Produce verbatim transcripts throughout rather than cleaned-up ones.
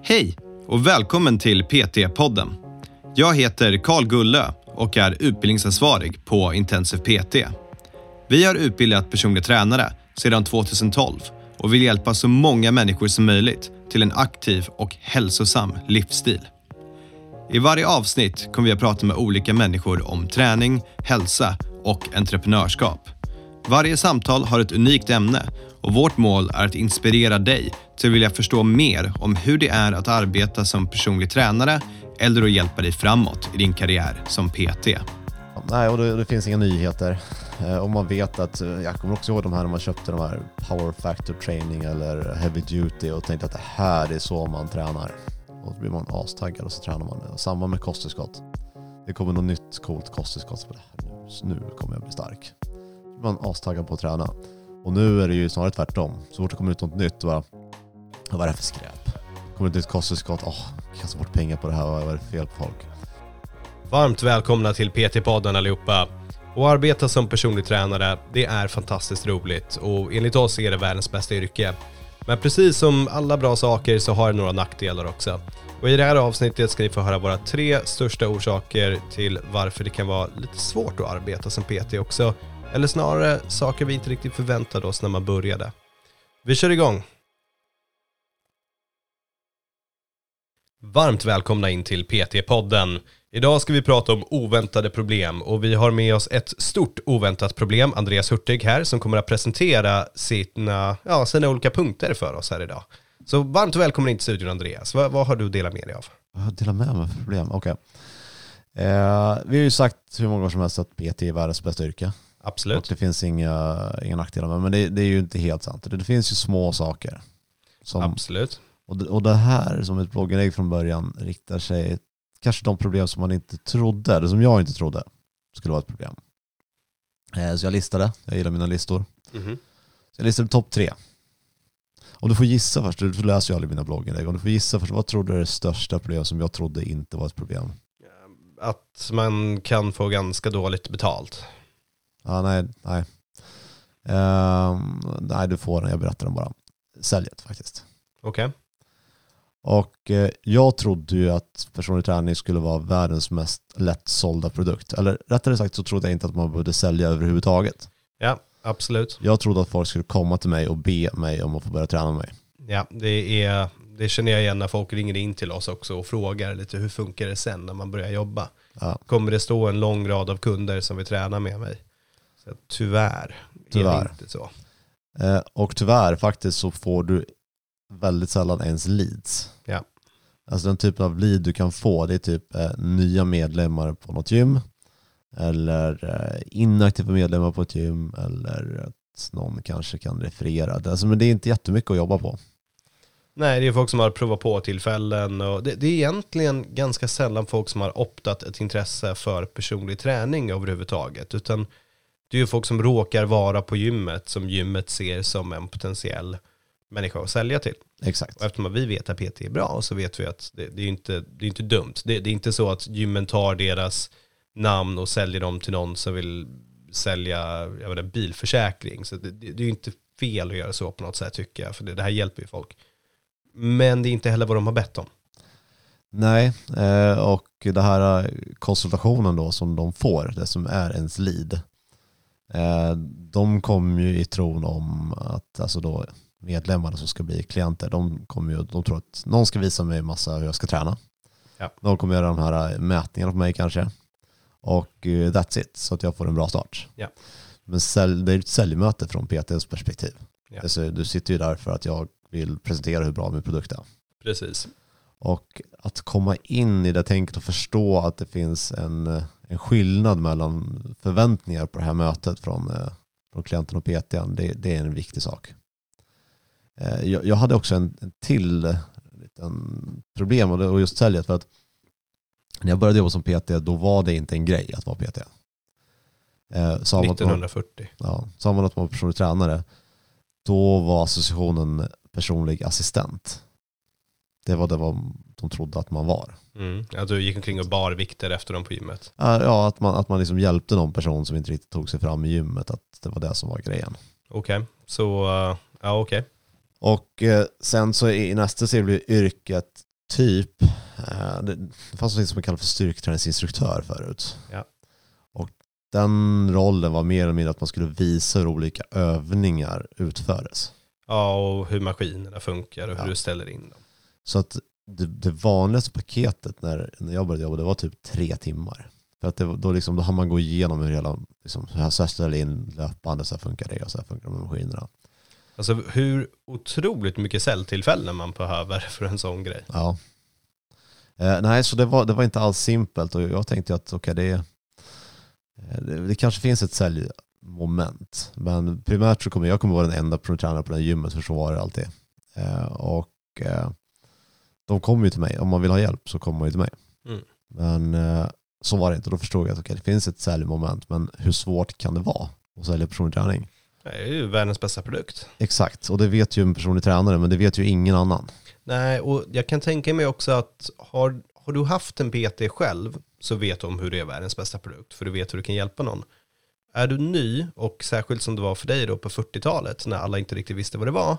Hej och välkommen till P T-podden. Jag heter Carl Gullö och är utbildningsansvarig på Intensiv P T. Vi har utbildat personliga tränare sedan tjugohundratolv och vill hjälpa så många människor som möjligt till en aktiv och hälsosam livsstil. I varje avsnitt kommer vi att prata med olika människor om träning, hälsa och entreprenörskap. Varje samtal har ett unikt ämne och vårt mål är att inspirera dig till att vilja förstå mer om hur det är att arbeta som personlig tränare eller att hjälpa dig framåt i din karriär som P T. Nej, och det, det finns inga nyheter. Eh, och man vet att, jag kommer också ihåg de här när man köpte de här Power Factor Training eller Heavy Duty och tänkte att det här är så man tränar. Och så blir man astaggad och så tränar man. Och samma med kosttillskott. Det kommer något nytt coolt kosttillskott. Nu kommer jag bli stark. Så blir man astaggad på att träna. Och nu är det ju snarare tvärtom. Så fort det kommer ut något nytt, bara, vad är det för skräp? Kommer ett nytt kosttillskott, åh, jag kastar bort pengar på det här, vad är det fel på folk? Varmt välkomna till P T-podden allihopa. Och arbeta som personlig tränare, det är fantastiskt roligt och enligt oss är det världens bästa yrke. Men precis som alla bra saker så har det några nackdelar också. Och i det här avsnittet ska ni få höra våra tre största orsaker till varför det kan vara lite svårt att arbeta som P T också. Eller snarare saker vi inte riktigt förväntade oss när man började. Vi kör igång! Varmt välkomna in till P T-podden. Idag ska vi prata om oväntade problem och vi har med oss ett stort oväntat problem, Andreas Hurtig här, som kommer att presentera sina, ja, sina olika punkter för oss här idag. Så varmt välkommen in till studion, Andreas. Vad, vad har du att dela med dig av? Jag har delat med mig för problem, okej. Okay. Eh, vi har ju sagt hur många år som helst att P T är världens bästa yrke. Absolut. Och det finns inga, inga nackdelar med, men det, det är ju inte helt sant. Det, det finns ju små saker. Som, Absolut. Och det, och det här som ett blogginlägg från början riktar sig kanske de problem som man inte trodde, eller som jag inte trodde skulle vara ett problem. Eh, så jag listade, jag gillar mina listor. Mm-hmm. Så jag listade topp tre. Och du får gissa först, du läser ju aldrig mina blogginlägg. Och du får gissa först, vad trodde du är det största problem som jag trodde inte var ett problem? Att man kan få ganska dåligt betalt. Ja, nej, nej. Uh, nej, du får den, jag berättar den bara. Säljet faktiskt. Okej. Okay. Och eh, jag trodde ju att personlig träning skulle vara världens mest lättsålda produkt. Eller rättare sagt så trodde jag inte att man behövde sälja överhuvudtaget. Ja, absolut. Jag trodde att folk skulle komma till mig och be mig om att få börja träna med mig. Ja, det, är, det känner jag igen när folk ringer in till oss också och frågar lite hur funkar det sen när man börjar jobba. Ja. Kommer det stå en lång rad av kunder som vill träna med mig? Så, tyvärr, tyvärr är det inte så. Eh, och tyvärr faktiskt så får du väldigt sällan ens leads. Ja. Alltså den typen av lead du kan få, det är typ eh, nya medlemmar på något gym eller eh, inaktiva medlemmar på ett gym eller att någon kanske kan referera det. Alltså, men det är inte jättemycket att jobba på. Nej, det är folk som har provat på tillfällen och det, det är egentligen ganska sällan folk som har optat ett intresse för personlig träning överhuvudtaget, utan det är ju folk som råkar vara på gymmet som gymmet ser som en potentiell människa att sälja till. Exakt. Och eftersom vi vet att P T är bra så vet vi att det, det är inte, det är inte dumt. Det, det är inte så att gymmen tar deras namn och säljer dem till någon som vill sälja jag vet inte, bilförsäkring. Så det, det, det är ju inte fel att göra så på något sätt tycker jag. För det, det här hjälper ju folk. Men det är inte heller vad de har bett om. Nej, och det här konsultationen då som de får, det som är ens lead, de kommer ju i tron om att alltså då medlemmarna som ska bli klienter, de kommer ju, de tror att någon ska visa mig massa hur jag ska träna. Ja. De kommer göra de här mätningarna på mig kanske. Och that's it, så att jag får en bra start. Ja. Men sälj, det är ett säljmöte från P T:s perspektiv. Ja. Alltså, du sitter ju där för att jag vill presentera hur bra min produkt är. Precis. Och att komma in i det tänket och förstå att det finns en, en skillnad mellan förväntningar på det här mötet från, från klienten och P T:n, det, det är en viktig sak. Jag, jag hade också en, en till liten problem och, det, och just säljet, för att när jag började jobba som P T då var det inte en grej att vara P T. Eh, sa nittonhundrafyrtio. Man, ja, sa man att man var personlig tränare, då var associationen personlig assistent. Det var det vad de trodde att man var. Mm. Att du gick omkring och bar vikter efter dem på gymmet. Ja, att man, att man liksom hjälpte någon person som inte riktigt tog sig fram i gymmet, att det var det som var grejen. Okej, okay. så uh, ja okej. Okay. Och eh, sen så i nästa serie blir yrket typ. Eh, det, det fanns något som man kallar för styrketräningsinstruktör förut. Ja. Och den rollen var mer eller mindre att man skulle visa hur olika övningar utfördes. Ja, och hur maskinerna funkar och hur Ja. du ställer in dem. Så att det, det vanligaste paketet när, när jag började jobba, det var typ tre timmar. För att det, då, liksom, då har man gå igenom hur hela, liksom, så här, så här ställer in löpande, så här funkar det och så här funkar de med maskinerna. Alltså hur otroligt mycket celltillfällen man behöver för en sån grej. Ja. Eh, nej, så det var, det var inte alls simpelt och jag tänkte att okej, okay, det, det, det kanske finns ett säljmoment. Men primärt så kommer jag kommer vara den enda pro-tränare på det här gymmet, för så var det alltid. Eh, och eh, de kommer ju till mig. Om man vill ha hjälp så kommer man ju till mig. Mm. Men eh, så var det inte. Då förstod jag att okay, det finns ett säljmoment, men hur svårt kan det vara att sälja personlig träning? Det är ju världens bästa produkt. Exakt, och det vet ju en personlig tränare, men det vet ju ingen annan. Nej, och jag kan tänka mig också att har, har du haft en P T själv så vet du om hur det är världens bästa produkt, för du vet hur du kan hjälpa någon. Är du ny, och särskilt som det var för dig då på fyrtiotalet när alla inte riktigt visste vad det var,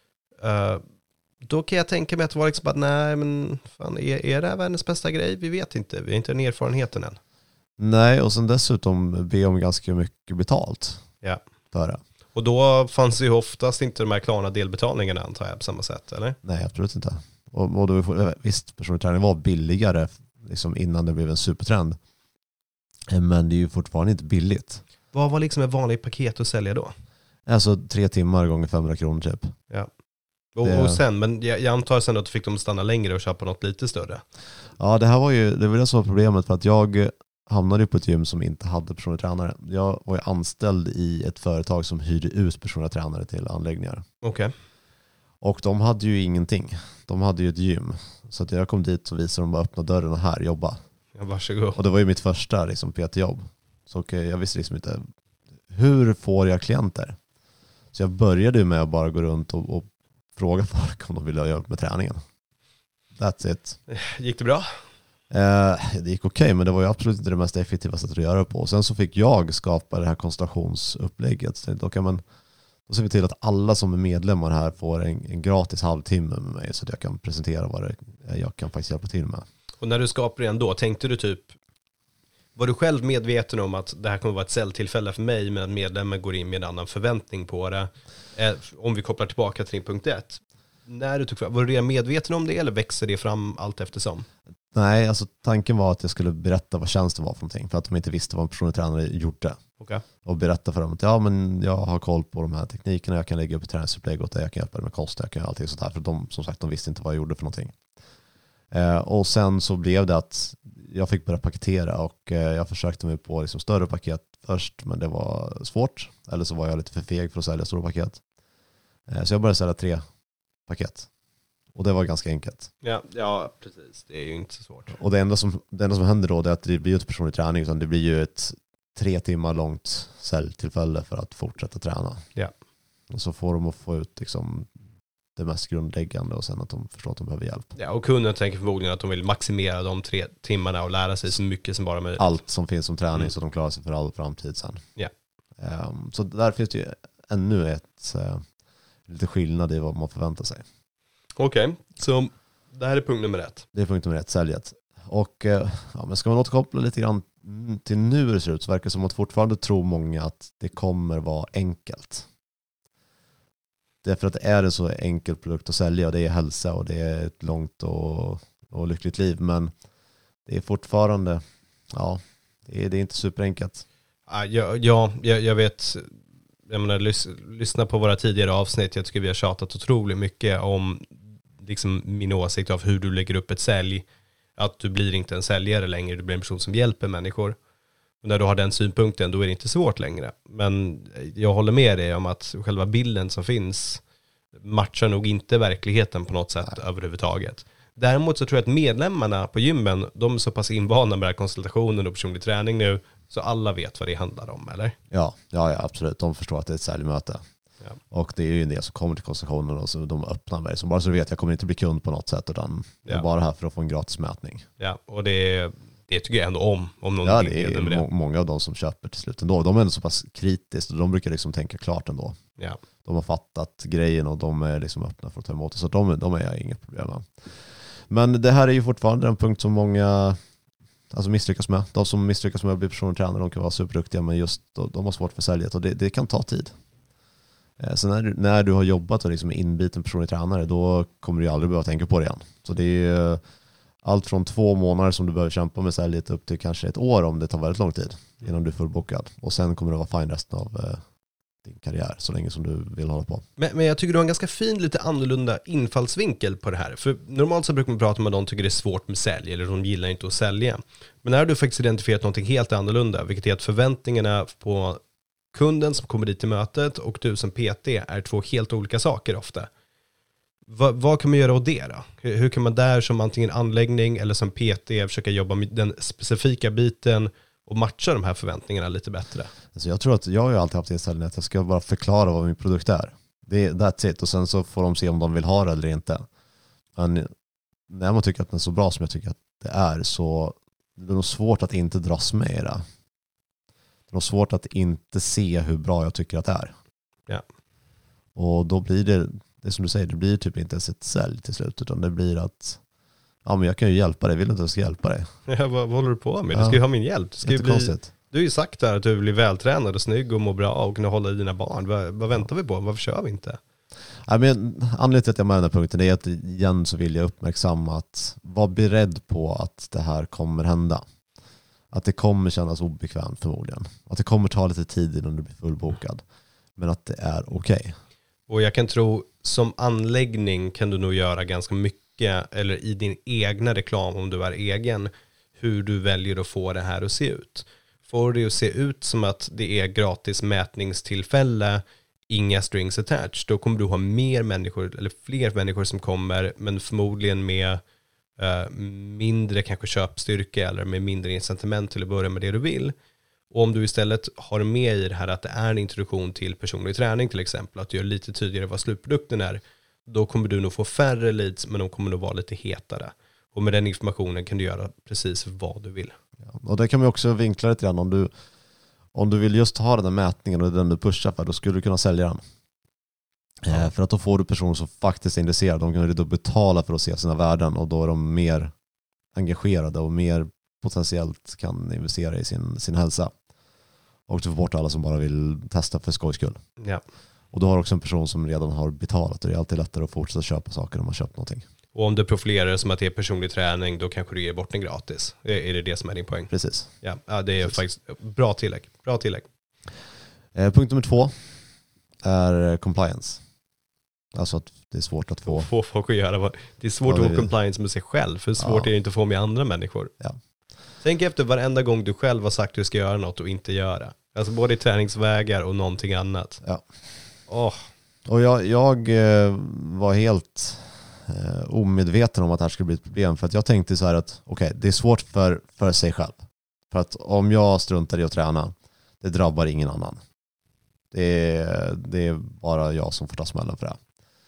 uh, då kan jag tänka mig att det var liksom att nej, men fan, är, är det här världens bästa grej? Vi vet inte, vi har inte den erfarenheten än. Nej, och sen dessutom be om ganska mycket betalt Ja. för det. Och då fanns ju oftast inte de här klara delbetalningarna, antar jag, på samma sätt, eller? Nej, absolut inte. Och, och då, visst, personlig träning var billigare liksom innan det blev en supertrend. Men det är ju fortfarande inte billigt. Vad var liksom ett vanligt paket att sälja då? Alltså tre timmar gånger femhundra kronor typ. Ja. Och, Det- och sen, men jag, jag antar sen att du fick dem stanna längre och köpa något lite större. Ja, det här var ju det var det som var problemet, för att jag hamnade ju på ett gym som inte hade personlig tränare. Jag var ju anställd i ett företag som hyrde ut personliga tränare till anläggningar. Okej. Och de hade ju ingenting. De hade ju ett gym. Så att jag kom dit och visade dem bara öppna dörren och här, jobba. Ja, varsågod. Och det var ju mitt första liksom, P T-jobb. Så okay, jag visste liksom inte, hur får jag klienter? Så jag började ju med att bara gå runt och, och fråga folk om de ville ha hjälp med träningen. That's it. Gick det bra? Eh, det gick okej, okay, men det var ju absolut inte det mest effektiva sättet att göra det på. Och sen så fick jag skapa det här konsultationsupplägget. Så tänkte, okay, men då ser vi till att alla som är medlemmar här får en, en gratis halvtimme med mig, så att jag kan presentera vad det är jag kan faktiskt hjälpa till med. Och när du skapade den då, tänkte du typ, var du själv medveten om att det här kommer vara ett säljtillfälle för mig, men att medlemmen går in med en annan förväntning på det? Eh, om vi kopplar tillbaka till din punkt ett. När du tog fram, var du redan medveten om det, eller växer det fram allt eftersom? Nej, alltså tanken var att jag skulle berätta vad tjänsten var för någonting, för att de inte visste vad en personlig tränare gjorde. Okej. Och berätta för dem att ja, men jag har koll på de här teknikerna, jag kan lägga upp ett träningsupplägg åt dig, jag kan hjälpa dig med kost, jag kan göra allting sånt här. För de, som sagt, de visste inte vad jag gjorde för någonting. Eh, och sen så blev det att jag fick börja paketera, och eh, jag försökte mig på liksom större paket först, men det var svårt. Eller så var jag lite för feg för att sälja stora paket. Eh, så jag började sälja tre paket. Och det var ganska enkelt. Ja, ja, precis. Det är ju inte så svårt. Och det enda som, det enda som händer då är att det blir ju inte personlig träning, utan det blir ju ett tre timmar långt säljtillfälle för att fortsätta träna. Ja. Och så får de att få ut liksom det mest grundläggande, och sen att de förstår att de behöver hjälp. Ja, och kunden tänker förmodligen att de vill maximera de tre timmarna och lära sig så mycket som bara möjligt. Allt som finns som träning, Mm. så de klarar sig för all framtid sen. Ja. Um, så där finns det ju ännu ett uh, lite skillnad i vad man förväntar sig. Okej, så det här är punkt nummer ett. Det är punkt nummer ett, säljet. Och uh, ja, men ska man återkoppla lite grann till nu hur det ser ut, så verkar det som att fortfarande tror många att det kommer vara enkelt. Därför att det är en så enkel produkt att sälja, och det är hälsa och det är ett långt och, och lyckligt liv. Men det är fortfarande, ja, det är, det är inte superenkelt. Ja, ja jag, jag vet, jag menar, lys, lyssna på våra tidigare avsnitt. Jag tycker vi har tjatat otroligt mycket om liksom min åsikt av hur du lägger upp ett sälj. Att du blir inte en säljare längre, du blir en person som hjälper människor. Och när du har den synpunkten, då är det inte svårt längre. Men jag håller med dig om att själva bilden som finns matchar nog inte verkligheten på något sätt. Nej. Överhuvudtaget. Däremot så tror jag att medlemmarna på gymmen, de är så pass invana med konsultationen och personlig träning nu, så alla vet vad det handlar om, eller? Ja, ja, ja, absolut. De förstår att det är ett säljmöte. Ja. Och det är ju en del som kommer till konsultationen, och så de öppnar mig. Så bara så du vet, jag kommer inte bli kund på något sätt, utan jag är Ja. bara här för att få en gratis mätning. Ja, och det, det tycker jag ändå om. Om någon Ja, det är med det. må- många av de som köper till slut ändå. De är ändå så pass kritiskt, och de brukar liksom tänka klart ändå. Ja. De har fattat grejen, och de är liksom öppna för att ta emot det. Så de, de är jag inget problem med. Men det här är ju fortfarande en punkt som många alltså misslyckas med. De som misslyckas med att bli personlig tränare, de kan vara superduktiga, men just de har svårt för säljet och det, det kan ta tid. Så när, när du har jobbat och liksom är inbiten personlig tränare, då kommer du aldrig behöva tänka på det igen. Så det är allt från två månader som du behöver kämpa med säljet upp till kanske ett år om det tar väldigt lång tid innan du är fullbokad. Och sen kommer det vara fine resten av eh, din karriär så länge som du vill hålla på. Men, men jag tycker du har en ganska fin, lite annorlunda infallsvinkel på det här. För normalt så brukar man prata om att de tycker det är svårt med sälj eller de gillar inte att sälja. Men här har du faktiskt identifierat någonting helt annorlunda, vilket är att förväntningarna på kunden som kommer dit till mötet och du som P T är två helt olika saker ofta. Va, vad kan man göra åt det då? Hur, hur kan man där som antingen anläggning eller som P T försöka jobba med den specifika biten och matcha de här förväntningarna lite bättre? Alltså jag tror att jag har ju alltid haft inställningen att jag ska bara förklara vad min produkt är. Det är that's it. Och sen så får de se om de vill ha det eller inte. Men när man tycker att den är så bra som jag tycker att det är, så det är nog svårt att inte dras med i det. Det är nog svårt att inte se hur bra jag tycker att det är. Ja. Och då blir det, det som du säger, det blir typ inte ens ett sälj till slut, utan det blir att ja, men jag kan ju hjälpa dig, vill du inte att jag ska hjälpa dig? Ja, vad, vad håller du på med? Ja. Du ska ju ha min hjälp. Du, ska ju bli, du har ju sagt där att du vill bli vältränad och snygg och må bra och kunna hålla i dina barn. Vad, vad väntar vi på? Varför kör vi inte? Ja, men anledningen till att jag med den här punkten är att igen så vill jag uppmärksamma att vara beredd på att det här kommer hända. Att det kommer kännas obekvämt förmodligen. Att det kommer ta lite tid innan du blir fullbokad. Men att det är okej. Okay. Och jag kan tro, som anläggning kan du nog göra ganska mycket, eller i din egna reklam om du är egen, hur du väljer att få det här att se ut. Får det att se ut som att det är gratis mätningstillfälle, inga strings attached, då kommer du ha mer människor, eller fler människor som kommer, men förmodligen med Uh, mindre kanske köpstyrka eller med mindre incitament till att börja med det du vill. Och om du istället har med i det här att det är en introduktion till personlig träning till exempel, att du gör lite tydligare vad slutprodukten är, då kommer du nog få färre leads, men de kommer nog vara lite hetare. Och med den informationen kan du göra precis vad du vill. Ja, och det kan man också vinkla lite grann. Om du, om du vill just ha den här mätningen och den du pushar för, då skulle du kunna sälja den. Ja. Eh, för att då får du personer som faktiskt är intresserade. De kan ju då betala för att se sina värden, och då är de mer engagerade och mer potentiellt kan investera i sin, sin hälsa. Och du får bort alla som bara vill testa för skojs skull. Ja. Och då har också en person som redan har betalat, och det är alltid lättare att fortsätta köpa saker om man köpt någonting. Och om du profilerar det som att det är personlig träning, då kanske du ger bort den gratis. Är det det som är din poäng? Precis. Ja, ja det är Precis. faktiskt bra tillägg. Bra tillägg. Eh, punkt nummer två är compliance. Alltså att det är svårt att få... Få folk att göra. Det är svårt ja, det... att få compliance med sig själv. För svårt ja. är det inte att få med andra människor. Ja. Tänk efter varenda gång du själv har sagt att du ska göra något och inte göra. Alltså både i träningsvägar och någonting annat. Ja. Oh. Och jag, jag eh, var helt eh, omedveten om att det här skulle bli ett problem. För att jag tänkte så här att okej, okay, det är svårt för, för sig själv. För att om jag struntar i att träna, det drabbar ingen annan. Det är, det är bara jag som får ta smällen för det.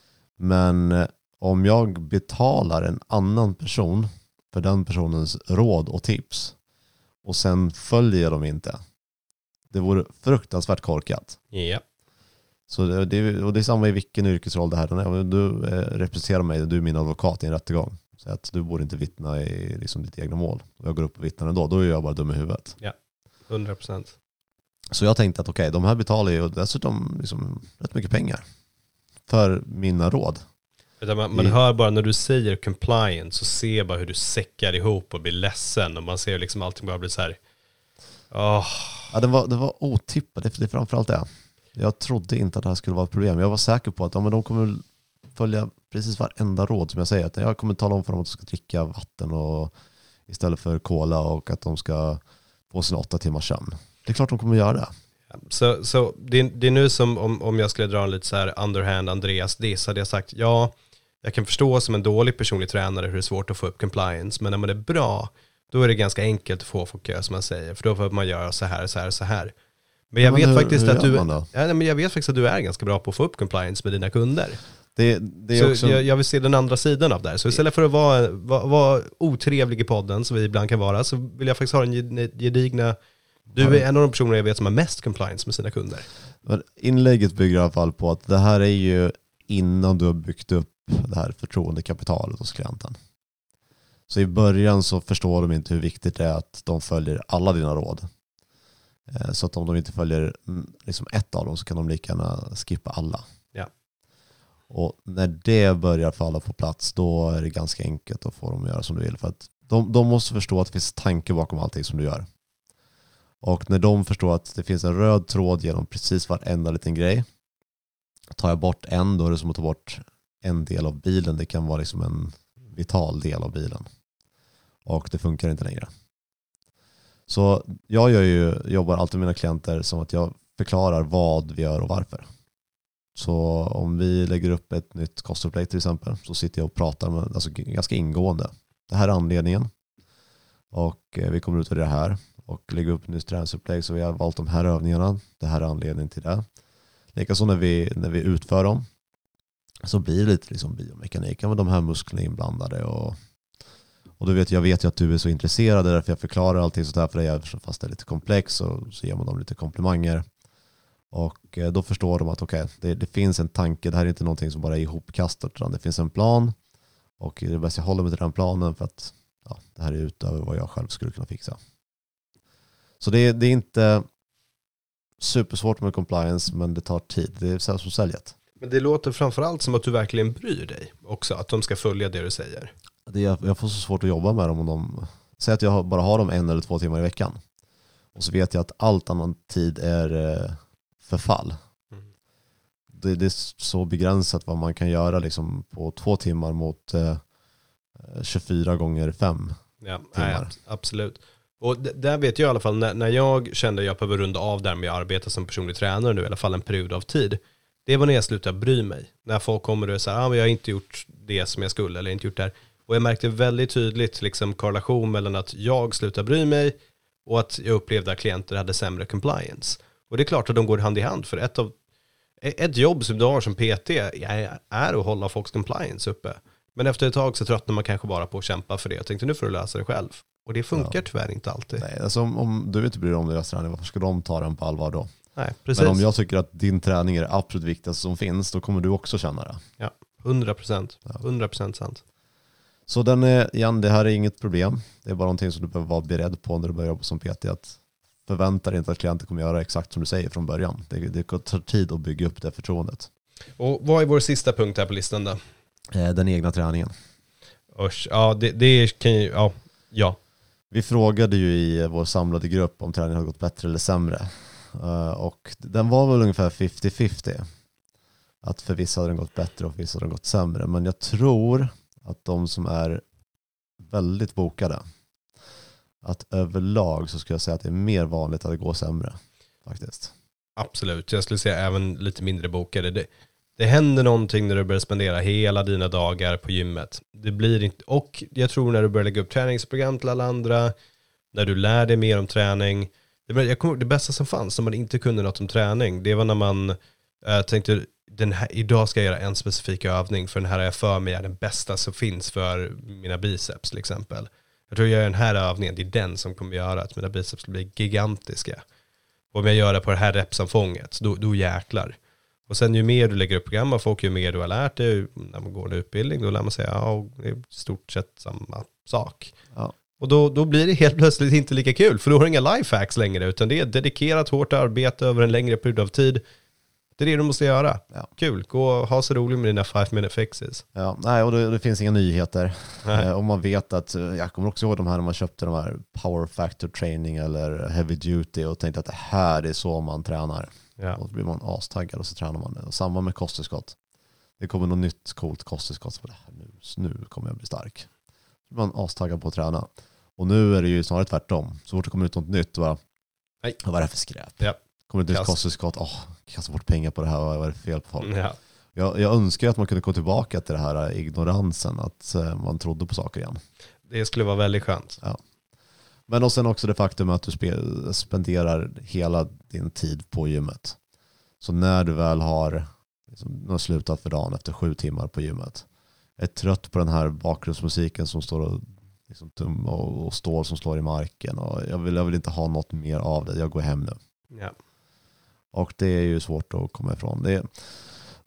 Men om jag betalar en annan person för den personens råd och tips och sen följer de inte, det vore fruktansvärt korkat. Ja. Så det, det, och det är samma i vilken yrkesroll det här är. Du eh, representerar mig, du är min advokat i en rättegång. Så att du borde inte vittna i liksom, ditt egna mål. Och jag går upp och vittnar ändå, då är jag bara dum i huvudet. Ja, hundra procent. Så jag tänkte att okej, okay, de här betalar ju dessutom liksom, rätt mycket pengar för mina råd. Man, man hör bara när du säger compliance, så ser jag bara hur du säckar ihop och blir ledsen. Och man ser liksom allting bara blir så här. Oh. Ja, det var, det var otippat, det är framförallt det. Jag trodde inte att det här skulle vara ett problem. Jag var säker på att ja, men de kommer följa precis varenda råd som jag säger. Att jag kommer tala om för dem att de ska dricka vatten och, istället för cola, och att de ska få sina åtta timmars sömn. Det är klart de kommer göra det. Så, så det, det är nu som om, om jag skulle dra en lite så här underhand Andreas diss, hade jag sagt ja, jag kan förstå som en dålig personlig tränare hur det är svårt att få upp compliance, men när man är bra, då är det ganska enkelt att få folk som man säger, för då får man göra så här, så här, så här. Men jag men vet hur, faktiskt hur att du ja, nej, men jag vet faktiskt att du är ganska bra på att få upp compliance med dina kunder. Det, det är så också... jag, jag vill se den andra sidan av det här. Så istället för att vara, vara, vara otrevlig i podden, som vi ibland kan vara, så vill jag faktiskt ha en gedigna. Du är en av de personer jag vet som har mest compliance med sina kunder. Men inlägget bygger i alla fall på att det här är ju innan du har byggt upp det här förtroendekapitalet hos klienten. Så i början så förstår de inte hur viktigt det är att de följer alla dina råd. Så att om de inte följer liksom ett av dem så kan de lika gärna skippa alla. Ja. Och när det börjar falla på plats, då är det ganska enkelt att få dem att göra som du vill. För att de, de måste förstå att det finns tanke bakom allting som du gör. Och när de förstår att det finns en röd tråd genom precis varenda liten grej. Tar jag bort en, då är det som att ta bort en del av bilen. Det kan vara liksom en vital del av bilen. Och det funkar inte längre. Så jag gör ju, jobbar alltid med mina klienter som att jag förklarar vad vi gör och varför. Så om vi lägger upp ett nytt kostupplägg till exempel, så sitter jag och pratar med, alltså ganska ingående. Det här är anledningen. Och vi kommer ut av det här. Och lägger upp ett nytt träningsupplägg, så vi har valt de här övningarna. Det här är anledningen till det. Likaså när vi, när vi utför dem, så blir det lite liksom biomekanik. Med de här musklerna inblandade. Och, och du vet, jag vet ju att du är så intresserad. Det är därför jag förklarar allting sådär för dig. Fast det är lite komplex, så, så ger man dem lite komplimanger. Och då förstår de att okej, okay, det, det finns en tanke. Det här är inte någonting som bara är ihopkastat, utan det finns en plan. Och det är bäst jag håller mig till den planen, för att ja, det här är utöver vad jag själv skulle kunna fixa. Så det är, det är inte supersvårt med compliance, men det tar tid. Det är så som säljet. Men det låter framförallt som att du verkligen bryr dig också, att de ska följa det du säger. Det är, jag får så svårt att jobba med dem om de... Säg att jag bara har dem en eller två timmar i veckan. Och så vet jag att allt annan tid är förfall. Mm. Det, det är så begränsat vad man kan göra liksom på två timmar mot eh, tjugofyra gånger fem ja, timmar. Nej, absolut. Och d- där vet jag i alla fall, när, när jag kände att jag behöver runda av där med att arbeta som personlig tränare nu, i alla fall en period av tid. Det var när jag slutade bry mig. När folk kommer och säger att ah, jag har inte gjort det som jag skulle, eller inte gjort det här. Och jag märkte väldigt tydligt liksom, korrelation mellan att jag slutade bry mig och att jag upplevde att klienter hade sämre compliance. Och det är klart att de går hand i hand, för ett, av, ett jobb som du har som P T är att hålla folks compliance uppe. Men efter ett tag så tröttnar man kanske bara på att kämpa för det. Jag tänkte nu får du lösa det själv. Och det funkar ja. tyvärr inte alltid. Nej, alltså om, om du inte bryr dig om deras träning, varför ska de ta den på allvar då? Nej, precis. Men om jag tycker att din träning är det absolut viktigaste som finns, då kommer du också känna det. Ja, hundra procent. hundra procent sant. Så den är, igen, det här är inget problem. Det är bara någonting som du behöver vara beredd på när du börjar jobba som P T. Att förvänta dig inte att klienter kommer göra exakt som du säger från början. Det, det tar tid att bygga upp det förtroendet. Och vad är vår sista punkt här på listan då? Den egna träningen. Usch, ja, det, det kan ju, ja, ja. Vi frågade ju i vår samlade grupp om träningen har gått bättre eller sämre. Uh, och den var väl ungefär femtio femtio. Att för vissa hade den gått bättre och för vissa hade den gått sämre. Men jag tror att de som är väldigt bokade, att överlag så skulle jag säga att det är mer vanligt att det går sämre faktiskt. Absolut, jag skulle säga även lite mindre bokade. Det, det händer någonting när du börjar spendera hela dina dagar på gymmet. Det blir inte, och jag tror när du börjar lägga upp träningsprogram till alla andra, när du lär dig mer om träning. Det, jag kommer, det bästa som fanns när man inte kunde något om träning, det var när man äh, tänkte den här, idag ska jag göra en specifik övning för den här är jag för mig är den bästa som finns för mina biceps till exempel. Jag tror jag gör den här övningen, det är den som kommer göra att mina biceps blir gigantiska. Och om jag gör det på det här repsomfånget, då, då jäklar. Och sen ju mer du lägger upp program och folk ju mer du har lärt dig när man går en utbildning, då lär man säga ja, det är i stort sett samma sak. Ja. Och då, då blir det helt plötsligt inte lika kul, för då har du inga lifehacks längre, utan det är dedikerat hårt arbete över en längre period av tid. Det är det du måste göra. Ja. Kul, gå och ha så roligt med dina five minute fixes. Ja, nej, och det, det finns inga nyheter. Eh, om man vet att, jag kommer också ihåg de här när man köpte de här power factor training eller heavy duty och tänkte att det här är så man tränar. Ja. Och så blir man astaggad och så tränar man det. Och samma med kosttillskott. Det kommer något nytt coolt kosttillskott. Nu, nu kommer jag bli stark. Så blir man astaggad på att träna. Och nu är det ju snarare tvärtom. Så fort det kommer ut något nytt, bara, nej. Vad är det för skräp? Ja. Kommer det ett nytt kosttillskott? Åh, kasta bort pengar på det här. Vad är det för fel på folk? Ja. Jag, jag önskar att man kunde gå tillbaka till det här ignoransen. Att uh, man trodde på saker igen. Det skulle vara väldigt skönt. Ja. Men och sen också det faktum att du spe- spenderar hela din tid på gymmet. Så när du väl har, liksom, har slutat för dagen efter sju timmar på gymmet, är trött på den här bakgrundsmusiken som står och, liksom, tum och, och stål som slår i marken. Och jag, vill, jag vill inte ha något mer av det. Jag går hem nu. Ja. Och det är ju svårt att komma ifrån. Det är,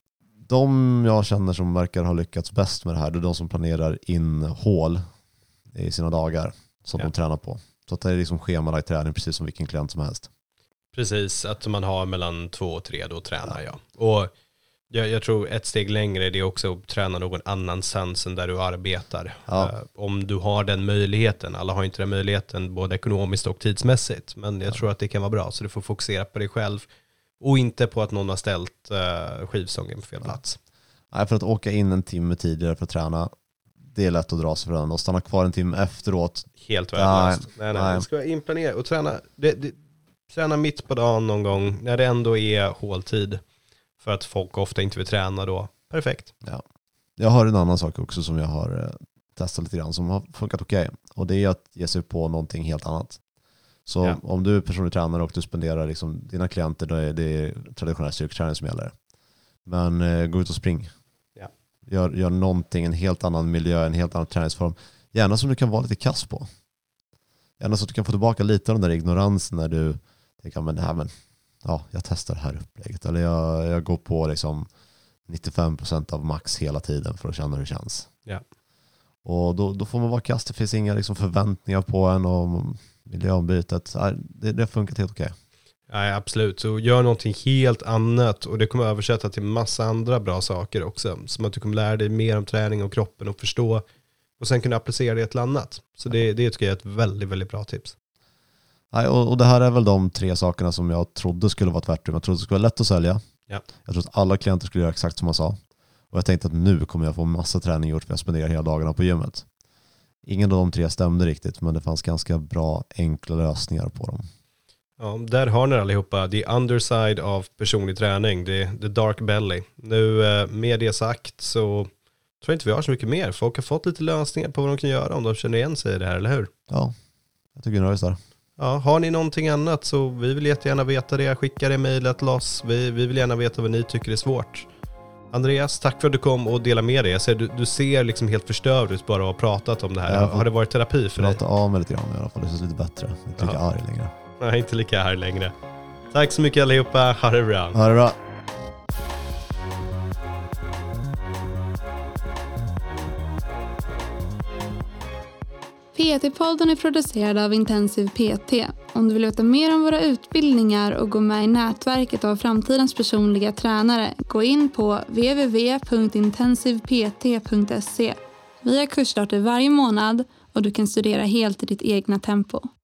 de jag känner som verkar ha lyckats bäst med det här, det är de som planerar in hål i sina dagar som Ja. de tränar på. Så att det är liksom schemalagd träning precis som vilken klient som helst. Precis, att man har mellan två och tre, då tränar jag. Och jag, jag tror ett steg längre är det också att träna någon annanstans än där du arbetar. Ja. Uh, om du har den möjligheten. Alla har inte den möjligheten både ekonomiskt och tidsmässigt. Men jag Ja. tror att det kan vara bra, så du får fokusera på dig själv. Och inte på att någon har ställt uh, skivstången på fel Ja. plats. Nej, för att åka in en timme tidigare för att träna, det är lätt att dra sig för den. Och stanna kvar en timme efteråt. Helt värdelöst. Nej, nej, nej. Det ska vara inplanera och träna. Det, det, träna mitt på dagen någon gång när det ändå är håltid. För att folk ofta inte vill träna då. Perfekt. Ja. Jag har en annan sak också som jag har eh, testat lite grann som har funkat okej. Och det är att ge sig på någonting helt annat. Så Ja. om du är personlig tränare och du spenderar liksom dina klienter, då är det traditionell styrketräning som gäller. Men eh, gå ut och spring. Ja. Gör, gör någonting, en helt annan miljö, en helt annan träningsform. Gärna som du kan vara lite kass på. Gärna så att du kan få tillbaka lite av den där ignoransen när du tänker, men, nej, men ja, jag testar det här upplägget. Eller jag, jag går på liksom nittiofem procent av max hela tiden för att känna hur det känns. Ja. Och då, då får man vara kass. Det finns inga liksom förväntningar på en och miljöombytet. Det, det har funkat helt okej. Nej, absolut. Så gör någonting helt annat och det kommer översätta till massa andra bra saker också. Som att du kommer lära dig mer om träning och kroppen och förstå och sen kunna applicera det till annat. Så det, det tycker jag är ett väldigt, väldigt bra tips. Nej, och, och det här är väl de tre sakerna som jag trodde skulle vara tvärtom. Jag trodde det skulle vara lätt att sälja. Ja. Jag trodde att alla klienter skulle göra exakt som man sa. Och jag tänkte att nu kommer jag få massa träning gjort för jag spenderar hela dagarna på gymmet. Ingen av de tre stämde riktigt, men det fanns ganska bra, enkla lösningar på dem. Ja, där har ni allihopa. The underside av personlig träning. Det the dark belly. Nu eh, med det sagt så tror jag inte vi har så mycket mer. Folk har fått lite lösningar på vad de kan göra om de känner igen sig i det här, eller hur? Ja, jag tycker vi nöjer oss där. Ja, har ni någonting annat så vi vill jättegärna veta det. Skicka det mejlet till oss. Vi, vi vill gärna veta vad ni tycker är svårt. Andreas, tack för att du kom och delade med dig. Jag ser, du, du ser liksom helt förstörd ut bara att ha pratat om det här. Ja, har det varit terapi för dig? Prata av mig lite grann i alla fall. Det känns lite bättre. Jag är inte lika Ja. arg längre. Nej, inte lika här längre. Tack så mycket allihopa. Ha det bra. Ha det bra. P T-podden är producerad av Intensiv P T. Om du vill veta mer om våra utbildningar och gå med i nätverket av framtidens personliga tränare, gå in på w w w punkt intensiv p t punkt se. Vi har kursstarter varje månad och du kan studera helt i ditt egna tempo.